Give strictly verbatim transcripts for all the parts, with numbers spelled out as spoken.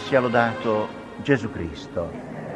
Sia lodato Gesù Cristo.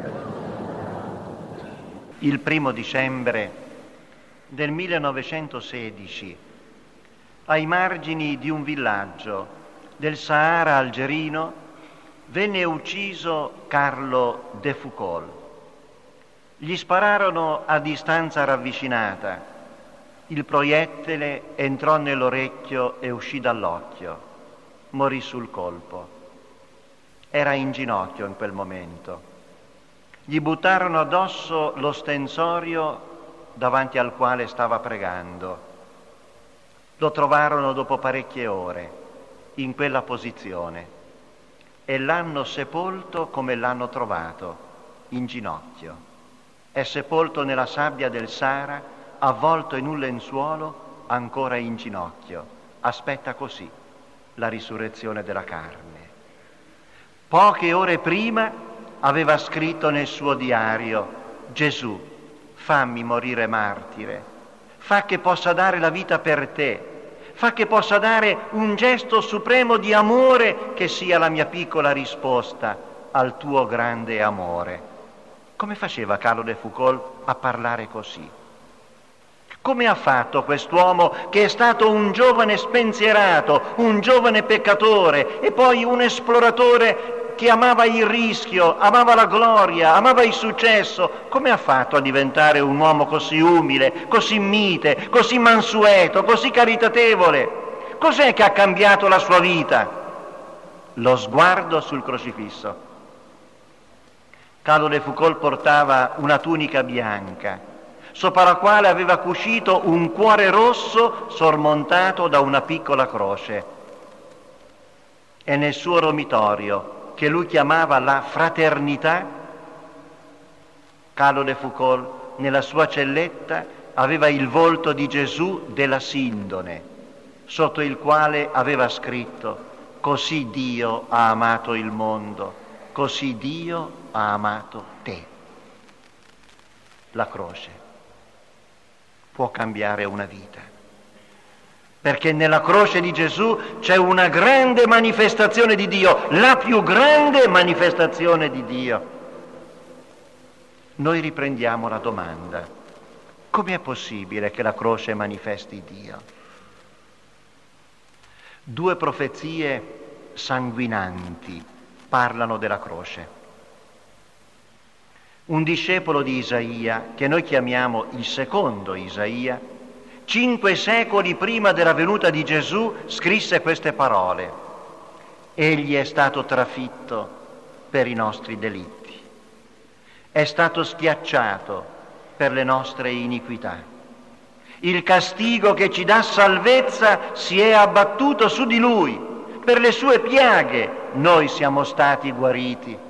Il primo dicembre del millenovecentosedici, ai margini di un villaggio del Sahara algerino, venne ucciso Carlo de Foucauld. Gli spararono a distanza ravvicinata. Il proiettile entrò nell'orecchio e uscì dall'occhio. Morì sul colpo. Era in ginocchio in quel momento. Gli buttarono addosso lo stensorio davanti al quale stava pregando. Lo trovarono dopo parecchie ore in quella posizione e l'hanno sepolto come l'hanno trovato, in ginocchio. È sepolto nella sabbia del Sahara, avvolto in un lenzuolo, ancora in ginocchio. Aspetta così la risurrezione della carne. Poche ore prima aveva scritto nel suo diario: Gesù, fammi morire martire, fa che possa dare la vita per te, fa che possa dare un gesto supremo di amore che sia la mia piccola risposta al tuo grande amore. Come faceva Carlo de Foucauld a parlare così? Come ha fatto quest'uomo che è stato un giovane spensierato, un giovane peccatore e poi un esploratore che amava il rischio, amava la gloria, amava il successo? Come ha fatto a diventare un uomo così umile, così mite, così mansueto, così caritatevole? Cos'è che ha cambiato la sua vita? Lo sguardo sul crocifisso. Carlo de Foucauld portava una tunica bianca, sopra la quale aveva cucito un cuore rosso sormontato da una piccola croce. E nel suo dormitorio, che lui chiamava la fraternità, Carlo de Foucauld, nella sua celletta, aveva il volto di Gesù della Sindone, sotto il quale aveva scritto: così Dio ha amato il mondo, così Dio ha amato te. La croce può cambiare una vita, perché nella croce di Gesù c'è una grande manifestazione di Dio, la più grande manifestazione di Dio. Noi riprendiamo la domanda: com'è possibile che la croce manifesti Dio? Due profezie sanguinanti parlano della croce. Un discepolo di Isaia, che noi chiamiamo il secondo Isaia, cinque secoli prima della venuta di Gesù, scrisse queste parole: egli è stato trafitto per i nostri delitti, è stato schiacciato per le nostre iniquità, il castigo che ci dà salvezza si è abbattuto su di lui, per le sue piaghe noi siamo stati guariti.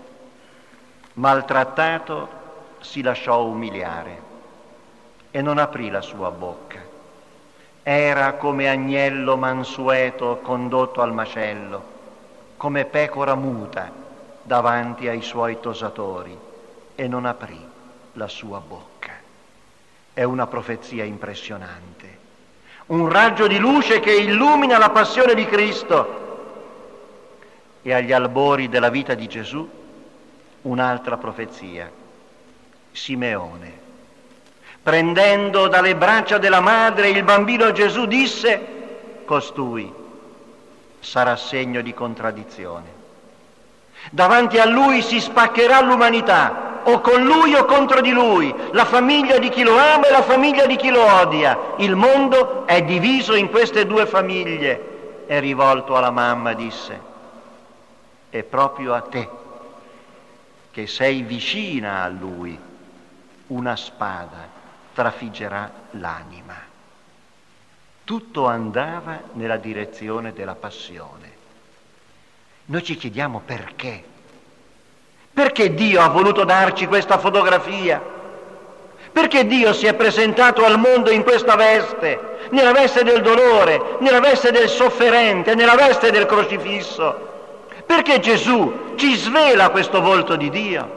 Maltrattato si lasciò umiliare e non aprì la sua bocca. Era come agnello mansueto condotto al macello, come pecora muta davanti ai suoi tosatori, e non aprì la sua bocca. È una profezia impressionante, un raggio di luce che illumina la passione di Cristo. E agli albori della vita di Gesù un'altra profezia. Simeone, prendendo dalle braccia della madre il bambino Gesù, disse: costui sarà segno di contraddizione. Davanti a lui si spaccherà l'umanità, o con lui o contro di lui, la famiglia di chi lo ama e la famiglia di chi lo odia. Il mondo è diviso in queste due famiglie. E rivolto alla mamma disse: è proprio a te, che sei vicina a lui, una spada trafiggerà l'anima. Tutto andava nella direzione della passione. Noi ci chiediamo perché. Perché Dio ha voluto darci questa fotografia? Perché Dio si è presentato al mondo in questa veste, nella veste del dolore, nella veste del sofferente, nella veste del crocifisso? Perché Gesù ci svela questo volto di Dio?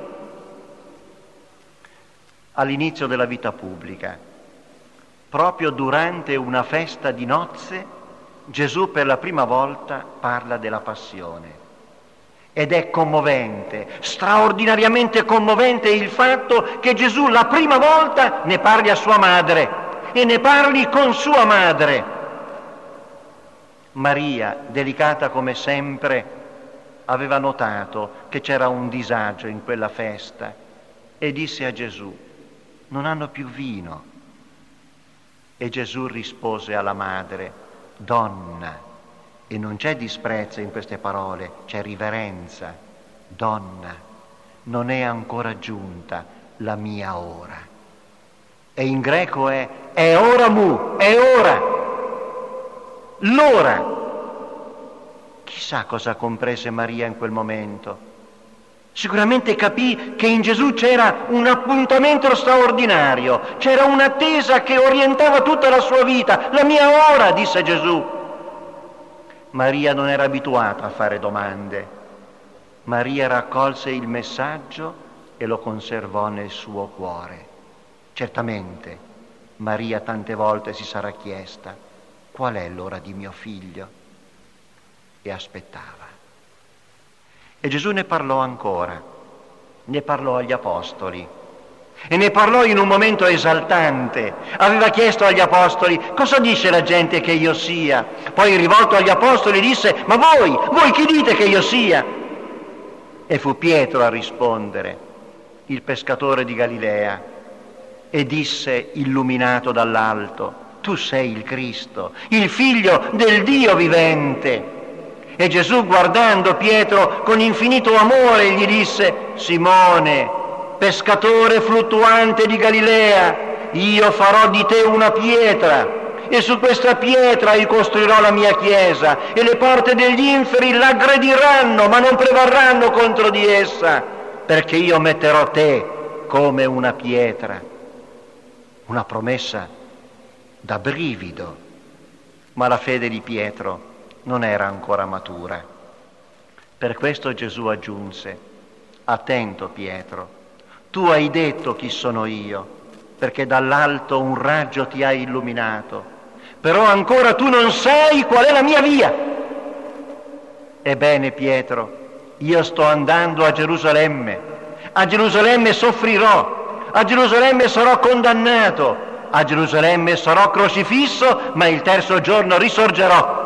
All'inizio della vita pubblica, proprio durante una festa di nozze, Gesù per la prima volta parla della passione. Ed è commovente, straordinariamente commovente il fatto che Gesù la prima volta ne parli a sua madre e ne parli con sua madre. Maria, delicata come sempre, aveva notato che c'era un disagio in quella festa e disse a Gesù: non hanno più vino. E Gesù rispose alla madre: donna. E non c'è disprezzo in queste parole, c'è riverenza. Donna, non è ancora giunta la mia ora. E in greco è è ora mu, è ora. L'ora. Chissà cosa comprese Maria in quel momento. Sicuramente capì che in Gesù c'era un appuntamento straordinario, c'era un'attesa che orientava tutta la sua vita. La mia ora, disse Gesù. Maria non era abituata a fare domande. Maria raccolse il messaggio e lo conservò nel suo cuore. Certamente Maria tante volte si sarà chiesta: qual è l'ora di mio figlio? E aspettava. E Gesù ne parlò ancora, ne parlò agli apostoli. E ne parlò in un momento esaltante. Aveva chiesto agli apostoli: cosa dice la gente che io sia? Poi, rivolto agli apostoli, disse: ma voi, voi chi dite che io sia? E fu Pietro a rispondere, il pescatore di Galilea, e disse, illuminato dall'alto: tu sei il Cristo, il figlio del Dio vivente. E Gesù, guardando Pietro con infinito amore, gli disse: Simone, pescatore fluttuante di Galilea, io farò di te una pietra, e su questa pietra io costruirò la mia chiesa, e le porte degli inferi l'aggrediranno, ma non prevarranno contro di essa, perché io metterò te come una pietra. Una promessa da brivido, ma la fede di Pietro non era ancora matura. Per questo Gesù aggiunse: attento Pietro, tu hai detto chi sono io, perché dall'alto un raggio ti ha illuminato, però ancora tu non sai qual è la mia via. Ebbene Pietro, io sto andando a Gerusalemme, a Gerusalemme soffrirò, a Gerusalemme sarò condannato, a Gerusalemme sarò crocifisso, ma il terzo giorno risorgerò.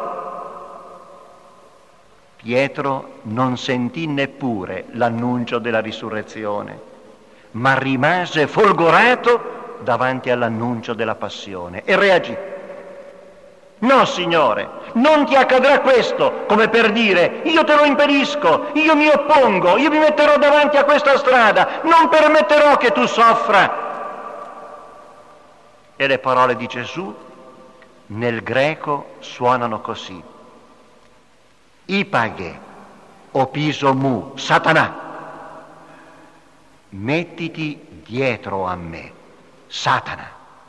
Pietro non sentì neppure l'annuncio della risurrezione, ma rimase folgorato davanti all'annuncio della passione e reagì. No, Signore, non ti accadrà questo, come per dire: io te lo impedisco, io mi oppongo, io mi metterò davanti a questa strada, non permetterò che tu soffra. E le parole di Gesù nel greco suonano così: ipaghe, opiso mu, Satanà. Mettiti dietro a me, Satana.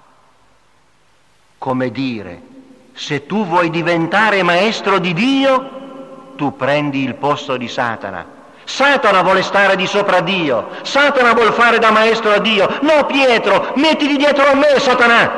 Come dire, se tu vuoi diventare maestro di Dio, tu prendi il posto di Satana. Satana vuole stare di sopra Dio, Satana vuole fare da maestro a Dio. No, Pietro, mettiti dietro a me, Satana,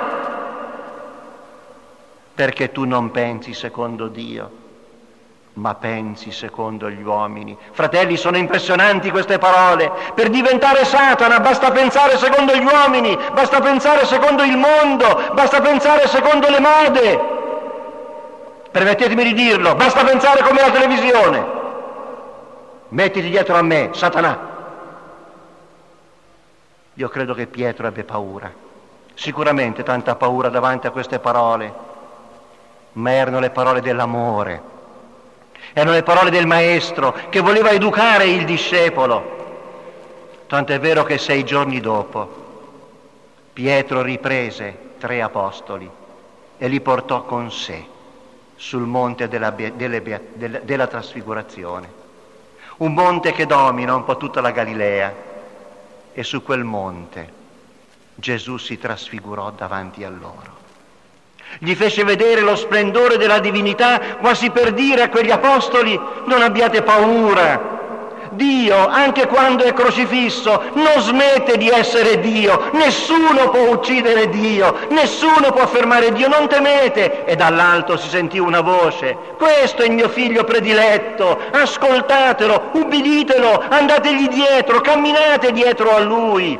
perché tu non pensi secondo Dio, ma pensi secondo gli uomini. Fratelli, sono impressionanti queste parole. Per diventare Satana basta pensare secondo gli uomini, basta pensare secondo il mondo, basta pensare secondo le mode. Permettetemi di dirlo, basta pensare come la televisione. Mettiti dietro a me, Satana. Io credo che Pietro ebbe paura, sicuramente tanta paura davanti a queste parole, ma erano le parole dell'amore. Erano le parole del maestro che voleva educare il discepolo. Tant'è vero che sei giorni dopo Pietro riprese tre apostoli e li portò con sé sul monte della, delle, della, della trasfigurazione, un monte che domina un po' tutta la Galilea, e su quel monte Gesù si trasfigurò davanti a loro. Gli fece vedere lo splendore della divinità, quasi per dire a quegli apostoli: non abbiate paura, Dio, anche quando è crocifisso, non smette di essere Dio. Nessuno può uccidere Dio, nessuno può fermare Dio, non temete. E dall'alto si sentì una voce: questo è il mio figlio prediletto, ascoltatelo, ubbiditelo, andategli dietro, camminate dietro a lui.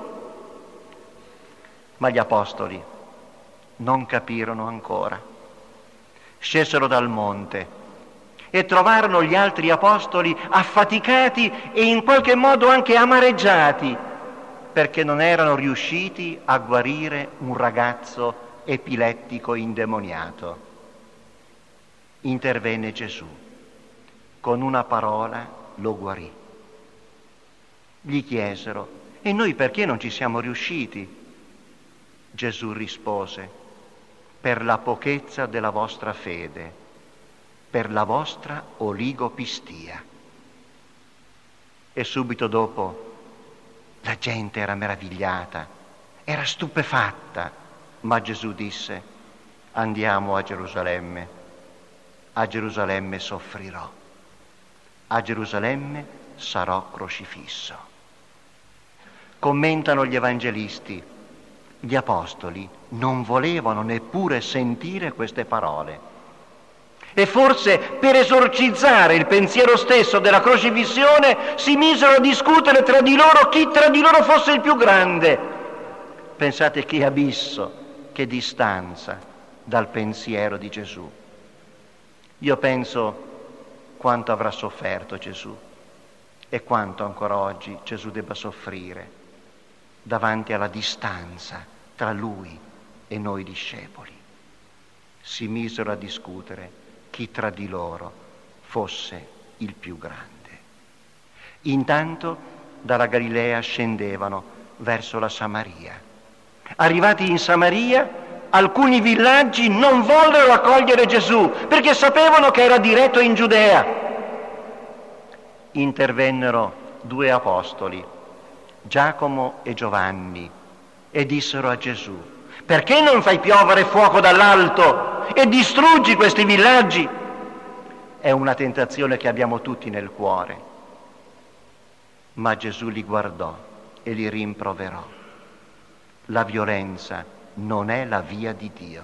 Ma gli apostoli non capirono ancora. Scesero dal monte e trovarono gli altri apostoli affaticati e in qualche modo anche amareggiati, perché non erano riusciti a guarire un ragazzo epilettico indemoniato. Intervenne Gesù, con una parola lo guarì. Gli chiesero: e noi perché non ci siamo riusciti? Gesù rispose: per la pochezza della vostra fede, per la vostra oligopistia. E subito dopo la gente era meravigliata, era stupefatta, ma Gesù disse: andiamo a Gerusalemme, a Gerusalemme soffrirò, a Gerusalemme sarò crocifisso. Commentano gli evangelisti: gli apostoli non volevano neppure sentire queste parole. E forse per esorcizzare il pensiero stesso della crocifissione si misero a discutere tra di loro chi tra di loro fosse il più grande. Pensate che abisso, che distanza dal pensiero di Gesù. Io penso quanto avrà sofferto Gesù e quanto ancora oggi Gesù debba soffrire davanti alla distanza tra lui e noi discepoli. Si misero a discutere chi tra di loro fosse il più grande. Intanto dalla Galilea scendevano verso la Samaria. Arrivati in Samaria, alcuni villaggi non vollero accogliere Gesù perché sapevano che era diretto in Giudea. Intervennero due apostoli, Giacomo e Giovanni, e dissero a Gesù: perché non fai piovere fuoco dall'alto e distruggi questi villaggi? È una tentazione che abbiamo tutti nel cuore. Ma Gesù li guardò e li rimproverò. La violenza non è la via di Dio.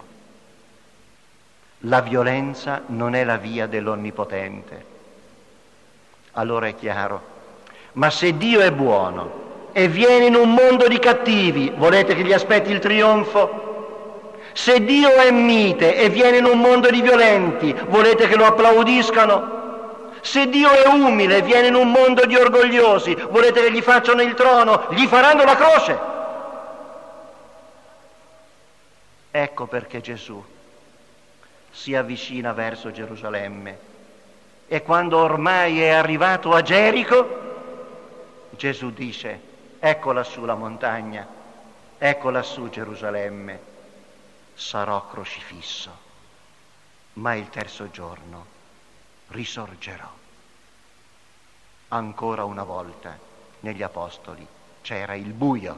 La violenza non è la via dell'Onnipotente. Allora è chiaro, ma se Dio è buono e viene in un mondo di cattivi, volete che gli aspetti il trionfo? Se Dio è mite e viene in un mondo di violenti, volete che lo applaudiscano? Se Dio è umile e viene in un mondo di orgogliosi, volete che gli facciano il trono? Gli faranno la croce. Ecco perché Gesù si avvicina verso Gerusalemme e quando ormai è arrivato a Gerico, Gesù dice: ecco lassù la montagna, ecco lassù Gerusalemme, sarò crocifisso, ma il terzo giorno risorgerò. Ancora una volta negli apostoli c'era il buio.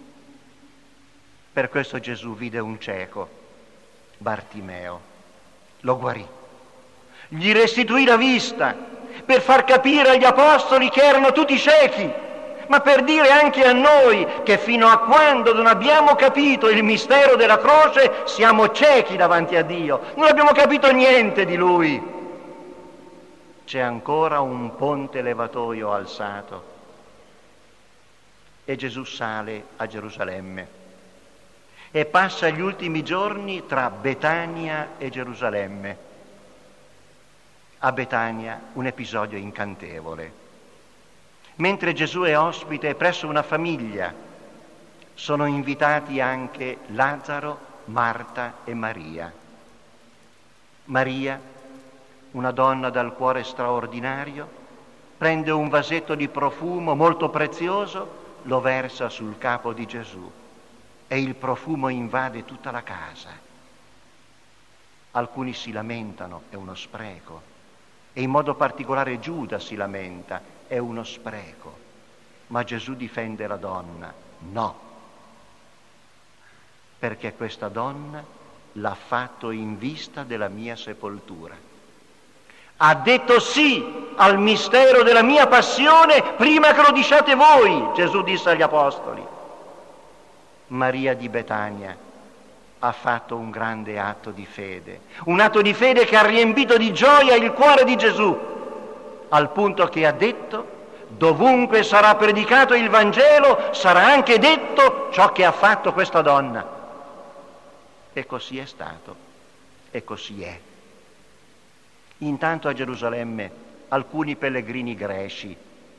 Per questo Gesù vide un cieco, Bartimeo, lo guarì, gli restituì la vista per far capire agli apostoli che erano tutti ciechi, ma per dire anche a noi che fino a quando non abbiamo capito il mistero della croce siamo ciechi davanti a Dio, non abbiamo capito niente di Lui. C'è ancora un ponte levatoio alzato e Gesù sale a Gerusalemme e passa gli ultimi giorni tra Betania e Gerusalemme. A Betania un episodio incantevole. Mentre Gesù è ospite presso una famiglia, sono invitati anche Lazzaro, Marta e Maria. Maria, una donna dal cuore straordinario, prende un vasetto di profumo molto prezioso, lo versa sul capo di Gesù e il profumo invade tutta la casa. Alcuni si lamentano, è uno spreco, e in modo particolare Giuda si lamenta, è uno spreco, ma Gesù difende la donna. No, perché questa donna l'ha fatto in vista della mia sepoltura. Ha detto sì al mistero della mia passione prima che lo diciate voi, Gesù disse agli apostoli. Maria di Betania ha fatto un grande atto di fede, un atto di fede che ha riempito di gioia il cuore di Gesù, al punto che ha detto: dovunque sarà predicato il Vangelo sarà anche detto ciò che ha fatto questa donna. E così è stato, e così è. Intanto a Gerusalemme alcuni pellegrini greci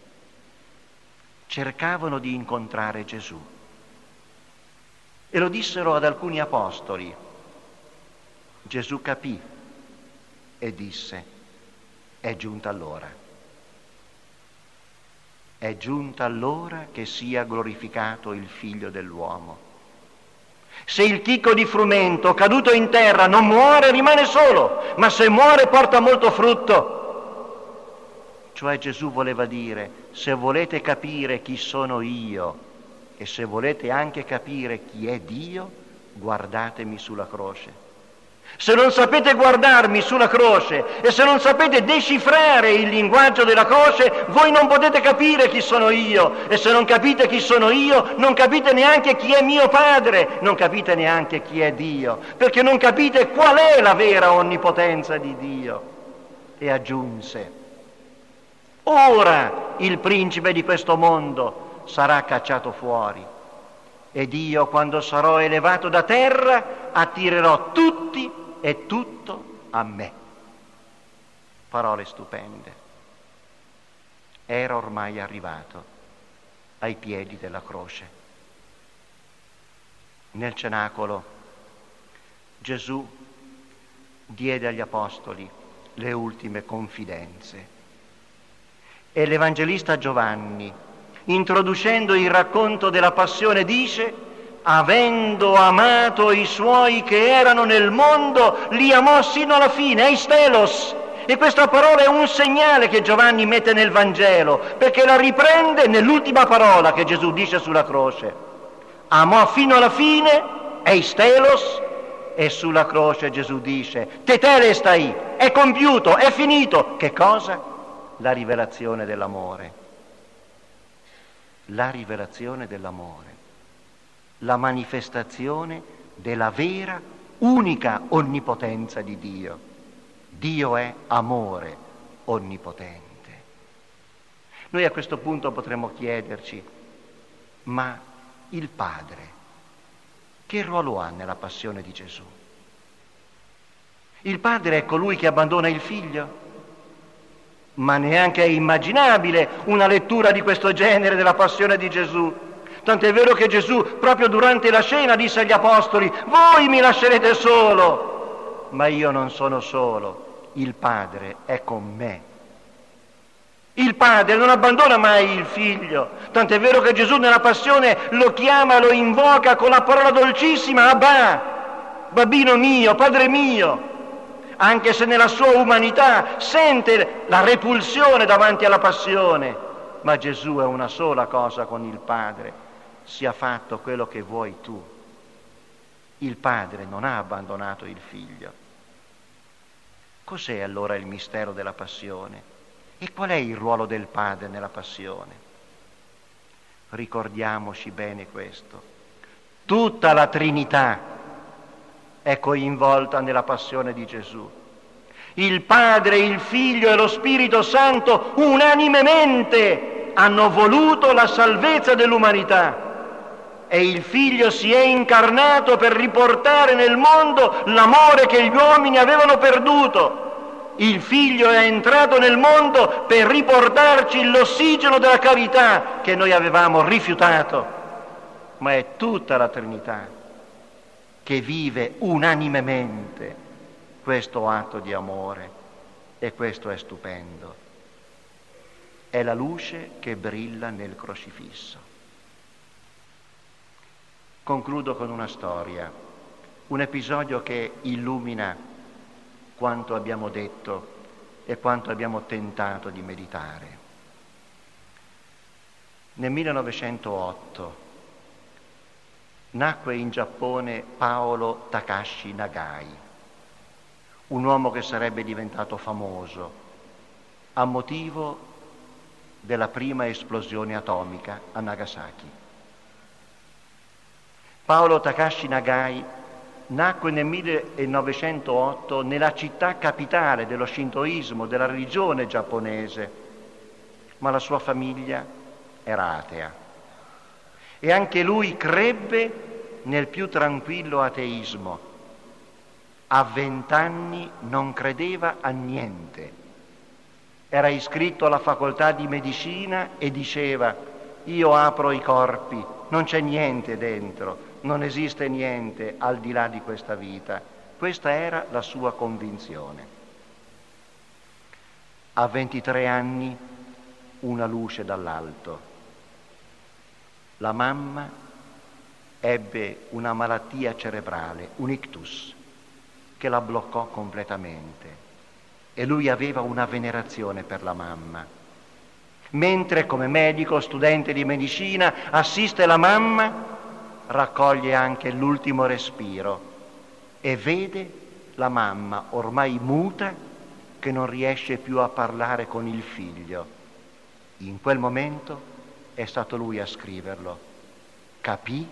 cercavano di incontrare Gesù e lo dissero ad alcuni apostoli. Gesù capì e disse: è giunta l'ora. È giunta l'ora che sia glorificato il Figlio dell'uomo. Se il chicco di frumento caduto in terra non muore, rimane solo, ma se muore porta molto frutto. Cioè Gesù voleva dire: se volete capire chi sono io e se volete anche capire chi è Dio, guardatemi sulla croce. Se non sapete guardarmi sulla croce e se non sapete decifrare il linguaggio della croce, voi non potete capire chi sono io, e se non capite chi sono io, non capite neanche chi è mio Padre, non capite neanche chi è Dio, perché non capite qual è la vera onnipotenza di Dio. E aggiunse: ora il principe di questo mondo sarà cacciato fuori, ed io, quando sarò elevato da terra, attirerò tutti e tutto a me. Parole stupende. Era ormai arrivato ai piedi della croce. Nel cenacolo Gesù diede agli apostoli le ultime confidenze e l'Evangelista Giovanni, introducendo il racconto della passione, dice: avendo amato i suoi che erano nel mondo, li amò sino alla fine, eistelos. E questa parola è un segnale che Giovanni mette nel Vangelo, perché la riprende nell'ultima parola che Gesù dice sulla croce. Amò fino alla fine, eistelos, e sulla croce Gesù dice: tetelestai, è compiuto, è finito. Che cosa? La rivelazione dell'amore. La rivelazione dell'amore. La manifestazione della vera, unica onnipotenza di Dio. Dio è amore onnipotente. Noi a questo punto potremmo chiederci: ma il Padre che ruolo ha nella passione di Gesù? Il Padre è colui che abbandona il Figlio? Ma neanche è immaginabile una lettura di questo genere della passione di Gesù. Tant'è vero che Gesù, proprio durante la cena, disse agli apostoli: voi mi lascerete solo, ma io non sono solo, il Padre è con me. Il Padre non abbandona mai il Figlio, tant'è vero che Gesù nella passione lo chiama, lo invoca con la parola dolcissima: Abba, babbino mio, Padre mio. Anche se nella sua umanità sente la repulsione davanti alla passione, ma Gesù è una sola cosa con il Padre: sia fatto quello che vuoi tu. Il Padre non ha abbandonato il Figlio. Cos'è allora il mistero della passione? E qual è il ruolo del Padre nella passione? Ricordiamoci bene questo: tutta la Trinità è coinvolta nella passione di Gesù. Il Padre, il Figlio e lo Spirito Santo unanimemente hanno voluto la salvezza dell'umanità, e il Figlio si è incarnato per riportare nel mondo l'amore che gli uomini avevano perduto. Il Figlio è entrato nel mondo per riportarci l'ossigeno della carità che noi avevamo rifiutato. Ma è tutta la Trinità che vive unanimemente questo atto di amore, e questo è stupendo. È la luce che brilla nel crocifisso. Concludo con una storia, un episodio che illumina quanto abbiamo detto e quanto abbiamo tentato di meditare. Nel millenovecentootto nacque in Giappone Paolo Takashi Nagai, un uomo che sarebbe diventato famoso a motivo della prima esplosione atomica a Nagasaki. Paolo Takashi Nagai nacque nel millenovecentootto nella città capitale dello shintoismo, della religione giapponese, ma la sua famiglia era atea e anche lui crebbe nel più tranquillo ateismo. A vent'anni non credeva a niente. Era iscritto alla facoltà di medicina e diceva: io apro i corpi, non c'è niente dentro, non esiste niente al di là di questa vita. Questa era la sua convinzione. A ventitré anni una luce dall'alto. La mamma ebbe una malattia cerebrale, un ictus, che la bloccò completamente e lui aveva una venerazione per la mamma. Mentre come medico, studente di medicina, assiste la mamma, raccoglie anche l'ultimo respiro e vede la mamma ormai muta che non riesce più a parlare con il figlio. In quel momento è stato lui a scriverlo. Capì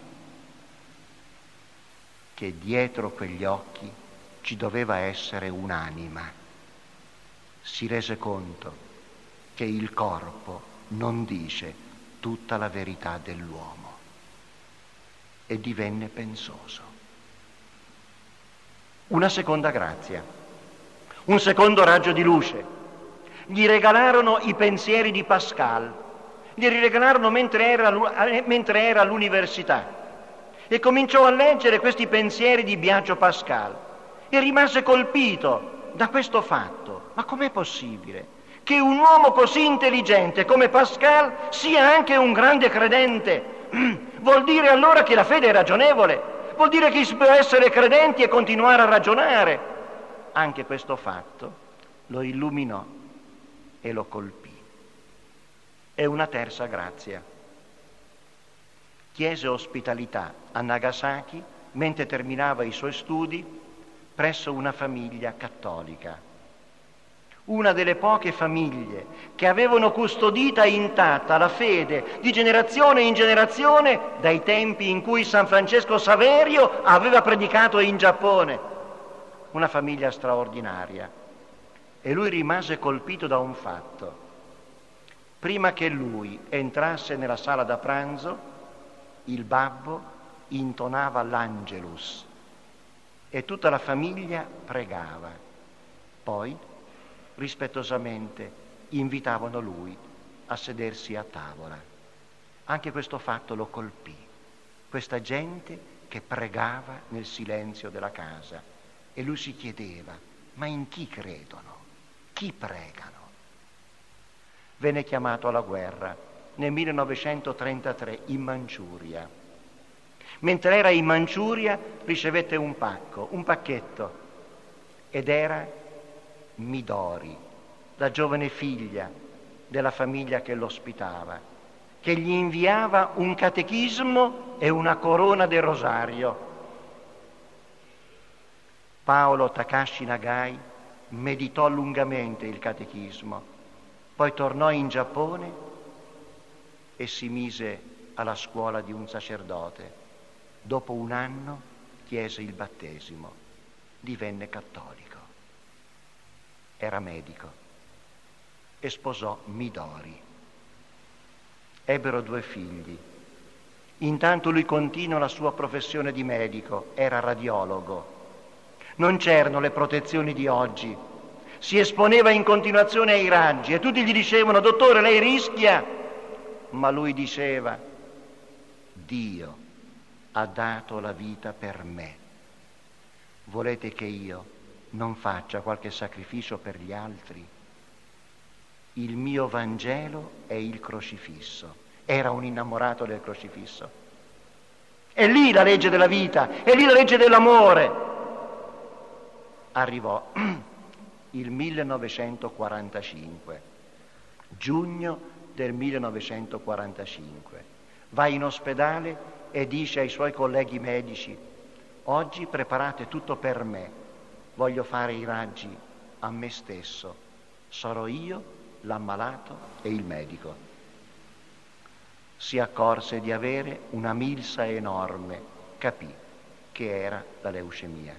che dietro quegli occhi ci doveva essere un'anima. Si rese conto che il corpo non dice tutta la verità dell'uomo e divenne pensoso. Una seconda grazia, un secondo raggio di luce. Gli regalarono i pensieri di Pascal, gli regalarono mentre era, mentre era all'università e cominciò a leggere questi pensieri di Biagio Pascal e rimase colpito da questo fatto. Ma com'è possibile che un uomo così intelligente come Pascal sia anche un grande credente? Vuol dire allora che la fede è ragionevole, vuol dire che si può essere credenti e continuare a ragionare. Anche questo fatto lo illuminò e lo colpì. E una terza grazia. Chiese ospitalità a Nagasaki mentre terminava i suoi studi presso una famiglia cattolica. Una delle poche famiglie che avevano custodita intatta la fede di generazione in generazione dai tempi in cui San Francesco Saverio aveva predicato in Giappone. Una famiglia straordinaria. E lui rimase colpito da un fatto. Prima che lui entrasse nella sala da pranzo, il babbo intonava l'Angelus e tutta la famiglia pregava. Poi, rispettosamente, invitavano lui a sedersi a tavola. Anche questo fatto lo colpì. Questa gente che pregava nel silenzio della casa. E lui si chiedeva: ma in chi credono? Chi pregano? Venne chiamato alla guerra nel millenovecentotrentatré in Manciuria. Mentre era in Manciuria ricevette un pacco, un pacchetto, ed era Midori, la giovane figlia della famiglia che lo ospitava, che gli inviava un catechismo e una corona del rosario. Paolo Takashi Nagai meditò lungamente il catechismo, poi tornò in Giappone e si mise alla scuola di un sacerdote. Dopo un anno chiese il battesimo, divenne cattolico. Era medico e sposò Midori. Ebbero due figli. Intanto lui continuò la sua professione di medico, era radiologo. Non c'erano le protezioni di oggi. Si esponeva in continuazione ai raggi e tutti gli dicevano: dottore, lei rischia. Ma lui diceva: Dio ha dato la vita per me. Volete che io non faccia qualche sacrificio per gli altri? Il mio Vangelo è il crocifisso. Era un innamorato del crocifisso. È lì la legge della vita, è lì la legge dell'amore. Arrivò il millenovecentoquarantacinque, giugno del millenovecentoquarantacinque. Va in ospedale e dice ai suoi colleghi medici: oggi preparate tutto per me, voglio fare i raggi a me stesso, sarò io l'ammalato e il medico. Si accorse di avere una milza enorme, capì che era la leucemia.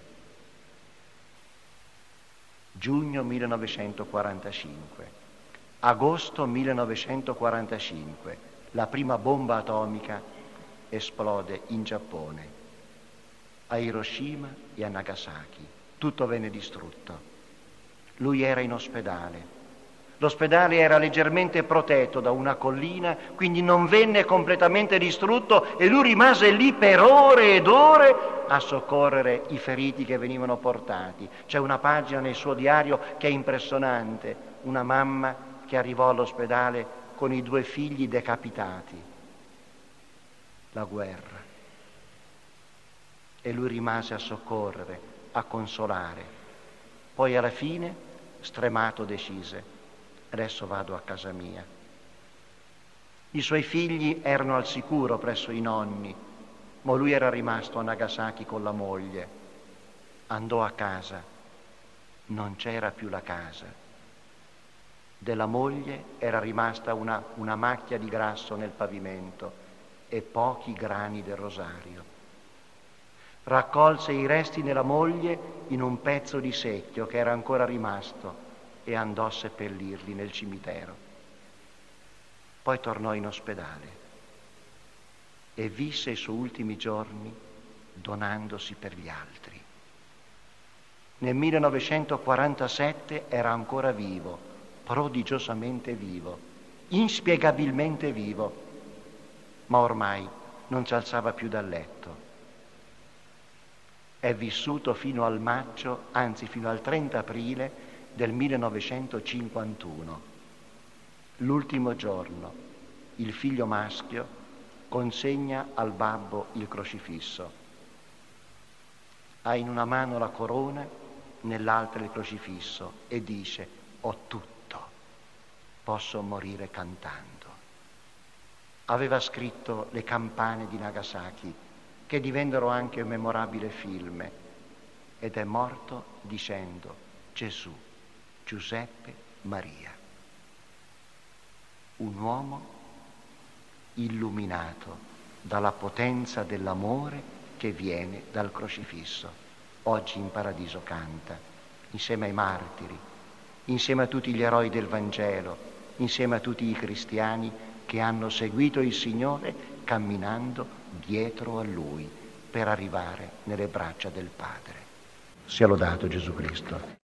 Giugno millenovecentoquarantacinque. Agosto millenovecentoquarantacinque, la prima bomba atomica esplode in Giappone, a Hiroshima e a Nagasaki. Tutto venne distrutto. Lui era in ospedale. L'ospedale era leggermente protetto da una collina, quindi non venne completamente distrutto e lui rimase lì per ore ed ore a soccorrere i feriti che venivano portati. C'è una pagina nel suo diario che è impressionante, una mamma che arrivò all'ospedale con i due figli decapitati. La guerra. E lui rimase a soccorrere, a consolare. Poi alla fine, stremato, decise: adesso vado a casa mia. I suoi figli erano al sicuro presso i nonni, ma lui era rimasto a Nagasaki con la moglie. Andò a casa, non c'era più la casa. Della moglie era rimasta una, una macchia di grasso nel pavimento e pochi grani del rosario. Raccolse i resti della moglie in un pezzo di secchio che era ancora rimasto e andò a seppellirli nel cimitero. Poi tornò in ospedale e visse i suoi ultimi giorni donandosi per gli altri. Nel millenovecentoquarantasette era ancora vivo, prodigiosamente vivo, inspiegabilmente vivo, ma ormai non si alzava più dal letto. È vissuto fino al maggio, anzi fino al trenta aprile del millenovecentocinquantuno. L'ultimo giorno, il figlio maschio consegna al babbo il crocifisso. Ha in una mano la corona, nell'altra il crocifisso e dice: ho tutto, posso morire cantando. Aveva scritto Le campane di Nagasaki, che divennero anche un memorabile film, ed è morto dicendo: Gesù, Giuseppe, Maria. Un uomo illuminato dalla potenza dell'amore che viene dal crocifisso. Oggi in paradiso canta, insieme ai martiri, insieme a tutti gli eroi del Vangelo, insieme a tutti i cristiani che hanno seguito il Signore camminando dietro a Lui per arrivare nelle braccia del Padre. Sia lodato Gesù Cristo.